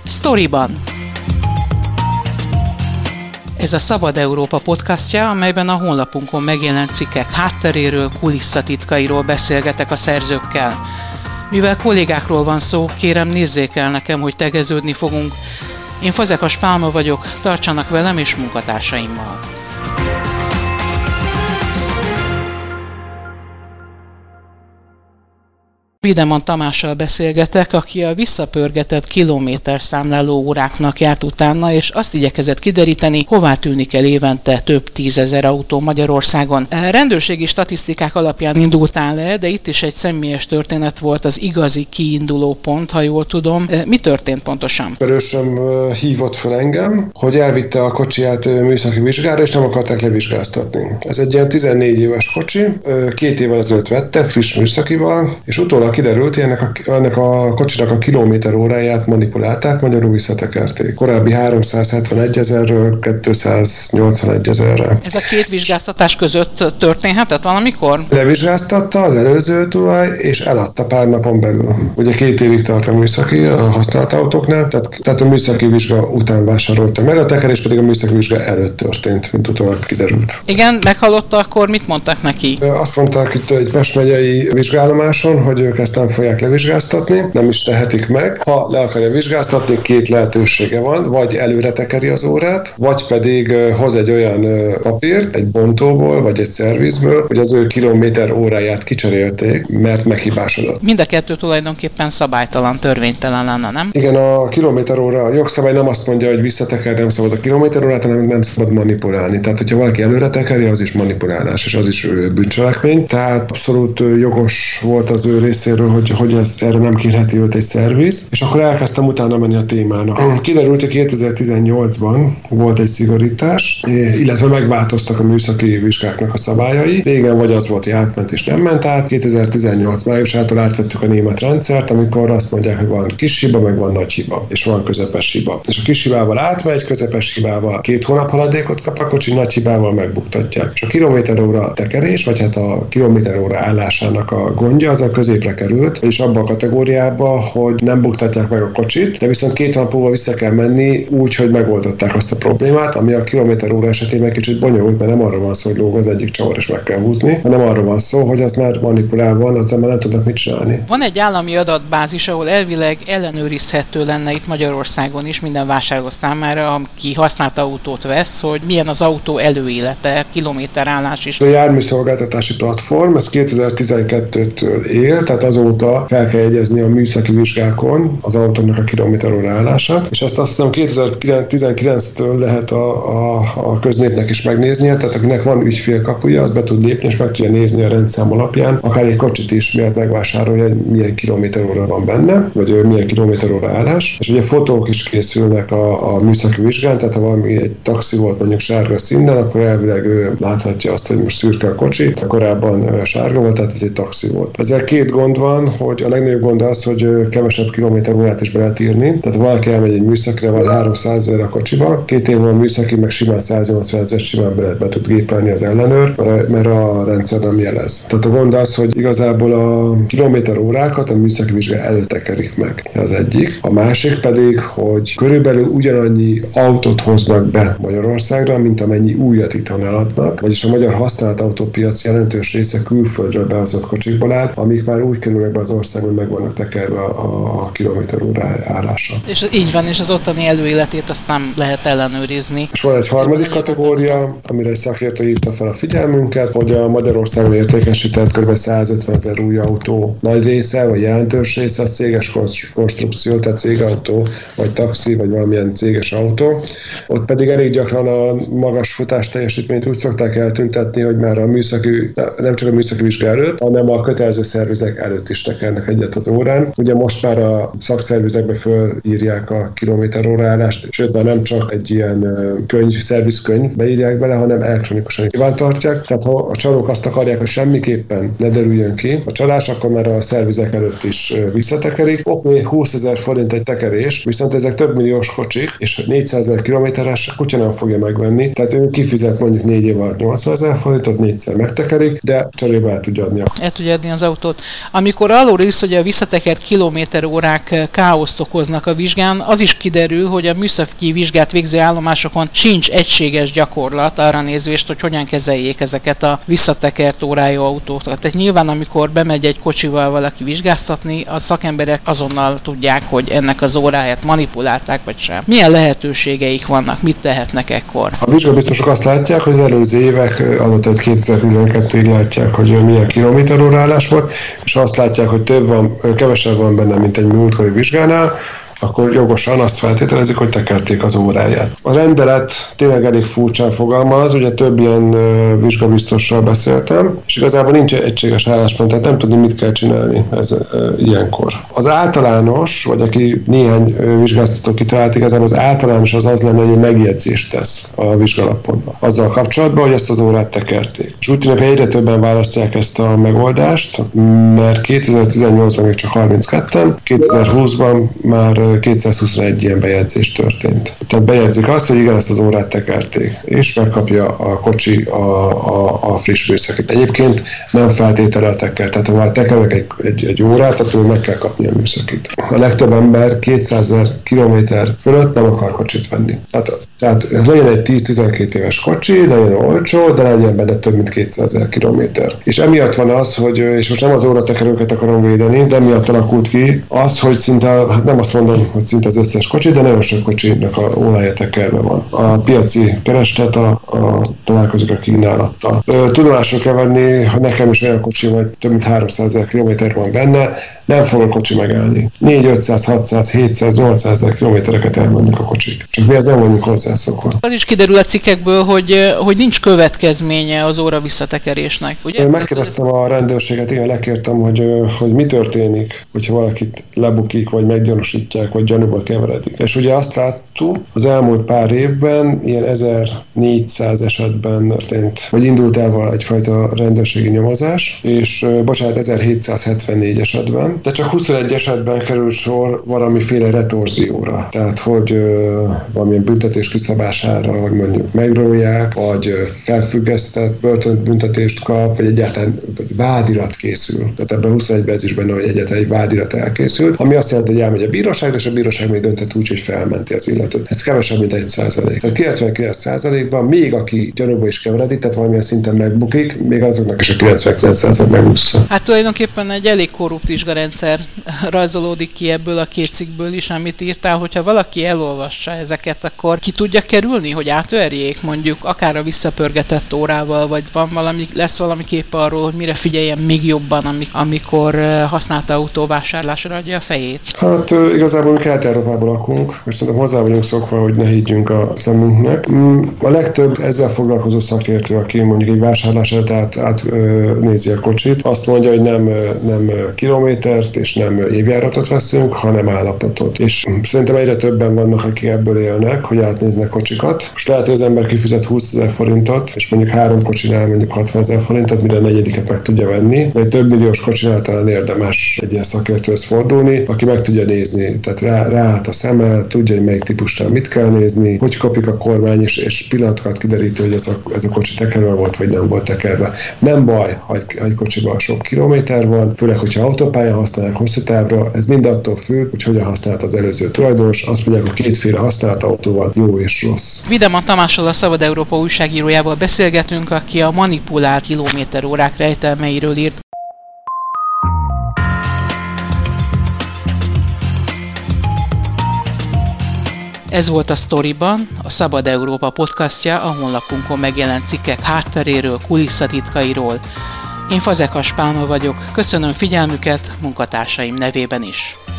Sztoriban. Ez a Szabad Európa podcastja, amelyben a honlapunkon megjelent cikkek hátteréről, kulisszatitkairól beszélgetek a szerzőkkel. Mivel kollégákról van szó, kérem nézzék el nekem, hogy tegeződni fogunk. Én Fazekas Pálma vagyok, tartsanak velem és munkatársaimmal. Wiedemann Tamással beszélgetek, aki a visszapörgetett kilométerszámláló óráknak járt utána, és azt igyekezett kideríteni, hová tűnik el évente több tízezer autó Magyarországon. Rendőrségi statisztikák alapján indultál le, de itt is egy személyes történet volt az igazi kiinduló pont, ha jól tudom. Mi történt pontosan? Ismerősöm hívott fel engem, hogy elvitte a kocsiját műszaki vizsgára, és nem akarták levizsgáztatni. Ez egy ilyen 14 éves kocsi, 2 évvel ezelőtt vette, friss műszakival, és utólag kiderült, hogy ennek a kocsinak a kilométer óráját manipulálták, magyarul visszatekerték. Korábbi 371 000-ről 281 000-re. Ez a két vizsgáztatás között történhetett valamikor? Levizsgáztatta az előző tulaj, és eladta pár napon belül. Ugye 2 évig tart a műszaki a használt autóknál, tehát a műszaki vizsga után vásárolta meg, a tekerés pedig a műszaki vizsga előtt történt, mint utólag kiderült. Igen, meghallotta, akkor mit mondtak neki? Azt mondták itt egy Pest megyei vizsgállomáson, hogy ők ezt nem fogják levizsgáztatni, nem is tehetik meg. Ha le akarja vizsgáztatni, 2 lehetősége van, vagy előre tekeri az órát, vagy pedig hoz egy olyan papírt, egy bontóból, vagy egy szervizből, hogy az ő kilométer óráját kicserélték, mert meghibásodott. Mind a kettő tulajdonképpen szabálytalan, törvénytelen lenne, nem? Igen, a kilométer óra, a jogszabály nem azt mondja, hogy visszateker, nem szabad a kilométer órát, hanem nem szabad manipulálni. Tehát, hogyha valaki előre tekeri, az is manipulálás, és az is bűncselekmény. Tehát abszolút jogos volt az ő részéről, hogy erre nem kérheti őt egy szerviz, és akkor elkezdtem utána menni a témának. Kiderült, hogy 2018-ban volt egy szigorítás, illetve megváltoztak a műszaki vizsgáknak a szabályai. Régen vagy az volt, hogy átment és nem ment át. 2018 májusától átvettük a német rendszert, amikor azt mondják, hogy van kis hiba, meg van nagy hiba, és van közepes hiba. És a kis hibával átmegy, közepes hibával 2 hónap haladékot kap a kocsi, nagy hibával megbuktatják. És a kilométeróra tekerés, vagy hát a kilométeróra állásának a gondja az a középre került, és abban a kategóriába, hogy nem buktatják meg a kocsit, de viszont 2 hónap múlva vissza kell menni úgy, hogy megoldották azt a problémát, ami a kilométer óra esetében kicsit bonyolult, mert nem arról van szó, hogy lóg az egyik csavar és meg kell húzni, hanem arról van szó, hogy az már manipulálva van, azzal már nem tudnak mit csinálni. Van egy állami adatbázis, ahol elvileg ellenőrizhető lenne itt Magyarországon is minden vásárló számára, aki használt autót vesz, hogy milyen az autó előélete, kilométerállás is. A járműszolgáltatási platform, ez 2012-től él, tehát azóta fel kell jegyezni a műszaki vizsgákon az autónak a kilométeróra állását, és ezt azt hiszem 2019-től lehet a köznépnek is megnéznie, tehát akinek van ügyfélkapuja, az be tud lépni, és meg tudja nézni a rendszám alapján, akár egy kocsit is, miért megvásárolja, hogy milyen kilométeróra van benne, vagy milyen kilométeróra állás, és ugye fotók is készülnek a műszaki vizsgán, tehát ha valami egy taxi volt mondjuk sárga színnel, akkor elvileg ő láthatja azt, hogy most szürke a kocsi, korábban sárga volt, tehát ez egy taxi volt. Ezzel 2 gond van, hogy a legnagyobb gond az, hogy kevesebb kilométerórát is be lehet írni. Tehát valaki elmegy egy műszakra, vagy 300 000 a kocsiba, 2 év van műszaki, meg simán 180 000 simán be tud gépelni az ellenőr, mert a rendszer nem jelez. Tehát a gond az, hogy igazából a kilométerórákat a műszaki vizsga előtt tekerik meg. Az egyik. A másik pedig, hogy körülbelül ugyanannyi autót hoznak be Magyarországra, mint amennyi újat itthon eladnak, vagyis a magyar használt autópiac jelentős része külföldről behozott kocsikból áll, amik már úgy kerülnek be az országban, meg vannak tekerve a kilométeróra állása. És így van, és az ottani előéletét azt nem lehet ellenőrizni. És van egy harmadik kategória, amire egy szakértő hívta fel a figyelmünket, hogy a Magyarországon értékesített kb. 150 000 új autó nagy része, vagy jelentős része, az céges konstrukció, tehát cégautó, vagy taxi, vagy valamilyen céges autó. Ott pedig elég gyakran a magas futás teljesítményt úgy szokták eltüntetni, hogy már nem csak a műszaki vizsga előtt, hanem a kötelező szervizek előtt is tekernek egyet az órán. Ugye most már a szakszervizekbe fölírják a kilométeróra állást, sőt már nem csak egy ilyen szervizkönyv beírják bele, hanem elektronikusan nyilvántartják. Tehát ha a csalók azt akarják, hogy semmiképpen ne derüljön ki a csalás, akkor már a szervizek előtt is visszatekerik. Oké, 20 000 forint egy tekerés, viszont ezek több milliós kocsik, és 400 000 kilométeres kutya nem fogja megvenni. Tehát ő kifizet mondjuk 4 év alatt 80 000 forintot, 4-szer megtekerik, de cserébe el tudja adni. El tudja adni az autót. Ami Amikor arról is, hogy a visszatekert kilométerórák káoszt okoznak a vizsgán, az is kiderül, hogy a műszaki vizsgát végző állomásokon sincs egységes gyakorlat arra nézvést, hogy hogyan kezeljék ezeket a visszatekert órájú autókat. Tehát nyilván, amikor bemegy egy kocsival valaki vizsgáztatni, a szakemberek azonnal tudják, hogy ennek az óráját manipulálták, vagy sem. Milyen lehetőségeik vannak, mit tehetnek ekkor? A vizsgabiztosok azt látják, hogy az előző évek, adott 2012-ig látják, hogy milyen kilométerórálás volt, és azt látják, hogy kevesebb van benne, mint egy múltkori vizsgánál, akkor jogosan azt feltételezik, hogy tekerték az óráját. A rendelet tényleg elég furcsán fogalmaz, ugye több ilyen vizsgabiztossal beszéltem, és igazából nincs egységes álláspont, tehát nem tudni, mit kell csinálni ilyenkor. Az általános, vagy aki néhány vizsgáztatót kitalált, igazából az általános az lenne, hogy egy megjegyzést tesz a vizsgalapontba. Azzal kapcsolatban, hogy ezt az órát tekerték. És úgy tűnik, hogy egyre többen választják ezt a megoldást, mert 2018-ban még csak 32-en, 2020-ban már 221 ilyen bejegyzés történt. Tehát bejegyzik azt, hogy igen, ezt az órát tekerték, és megkapja a kocsi a friss műszakit. Egyébként nem feltétele a teker, tehát ha már tekernek egy órát, akkor meg kell kapni a műszakit. A legtöbb ember 200 000 kilométer fölött nem akar kocsit venni. Tehát legyen egy 10-12 éves kocsi, legyen olcsó, de legyen benne több mint 200 000 kilométer. És emiatt van az, hogy, és most nem az óratekerőket akarom védeni, de emiatt alakult ki az, hogy szinte, nem azt mondom, hogy szinte az összes kocsi, de nagyon sok kocsinak a órája tekerve van. A piaci kereslet találkozik a kínálattal. Tudomásul kell venni, ha nekem is olyan kocsi, vagy több mint 300 000 kilométer van benne, nem fog a kocsi megállni. 400, 500, 700, 800 000 kilométereket elmennek a kocsik. Csak mi ez nem vagyunk hozzászokva. Az is kiderül a cikkekből, hogy nincs következménye az óra visszatekerésnek, ugye? Én megkérdeztem a rendőrséget, igen, lekértem, hogy mi történik, hogyha valakit lebukik, vagy meggyanúsítják, vagy gyanúba keveredik. És ugye azt láttuk, az elmúlt pár évben ilyen 1400 esetben történt, vagy indult el egyfajta rendőrségi nyomozás, és 1774 esetben, de csak 21 esetben került sor valamiféle retorzióra. Tehát, hogy valamilyen büntetés kiszabására, hogy mondjuk megrólják, vagy felfüggesztett börtönbüntetést kap, vagy egyáltalán vagy vádirat készül. Tehát ebben 21-ben ez is benne, hogy egyáltalán egy vádirat elkészült, ami azt jelenti, hogy elmegy a bíróságra, és a bíróság még döntött úgy, hogy felmenti az illetőt. Ez kevesebb, mint 1%. Tehát 99%-ban még aki gyanúba is keveredik, tehát valamilyen szinten megbukik, még azoknak is a 99% megúszza. Hát tulajdonképpen egy elég korrupt vizsgarendszer rajzolódik ki ebből a két cikkből is, amit írtál, hogyha valaki elolvassa ezeket, akkor ki tudja kerülni, hogy átverjék mondjuk akár a visszapörgetett órával, vagy lesz valami kép arról, hogy mire figyeljen még jobban, amikor használt autóvásárlásra adja a fejét? Hát igazából mi Kelet-Európában lakunk, és szerintem hozzá vagyunk szokva, hogy ne higgyünk a szemünknek. A legtöbb ezzel foglalkozó szakértő, aki mondjuk egy vásárlás előtt átnézi a kocsit, azt mondja, hogy nem kilométert és nem évjáratot veszünk, hanem állapotot. És szerintem egyre többen vannak, akik ebből élnek, hogy átnéznek kocsikat. Most lehet, hogy az ember kifizet 20 000 forintot, és mondjuk 3 kocsinál mondjuk 60 000 forintot, mire a negyediket meg tudja venni. De egy több milliós kocsinál talán érdemes egy ilyen szakértőhöz fordulni, aki meg tudja nézni. Tehát ráállt a szeme, tudja, hogy melyik típusnál mit kell nézni, hogy kopik a kormány, és pillanatokat kiderítő, hogy ez a kocsi tekerve volt, vagy nem volt tekerve. Nem baj, ha egy kocsiban sok kilométer van, főleg, hogyha autópályán használják hosszú távra, ez mind attól függ, hogy hogyan használt az előző tulajdonos. Azt mondják, hogy kétféle használt autó van, jó és rossz. Videman Tamással, a Szabad Európa újságírójával beszélgetünk, aki a manipulált kilométerórák rejtelmeiről írt. Ez volt a Sztoriban, a Szabad Európa podcastja, a honlapunkon megjelent cikkek hátteréről, kulisszatitkairól. Én Fazekas Pálma vagyok, köszönöm figyelmüket munkatársaim nevében is.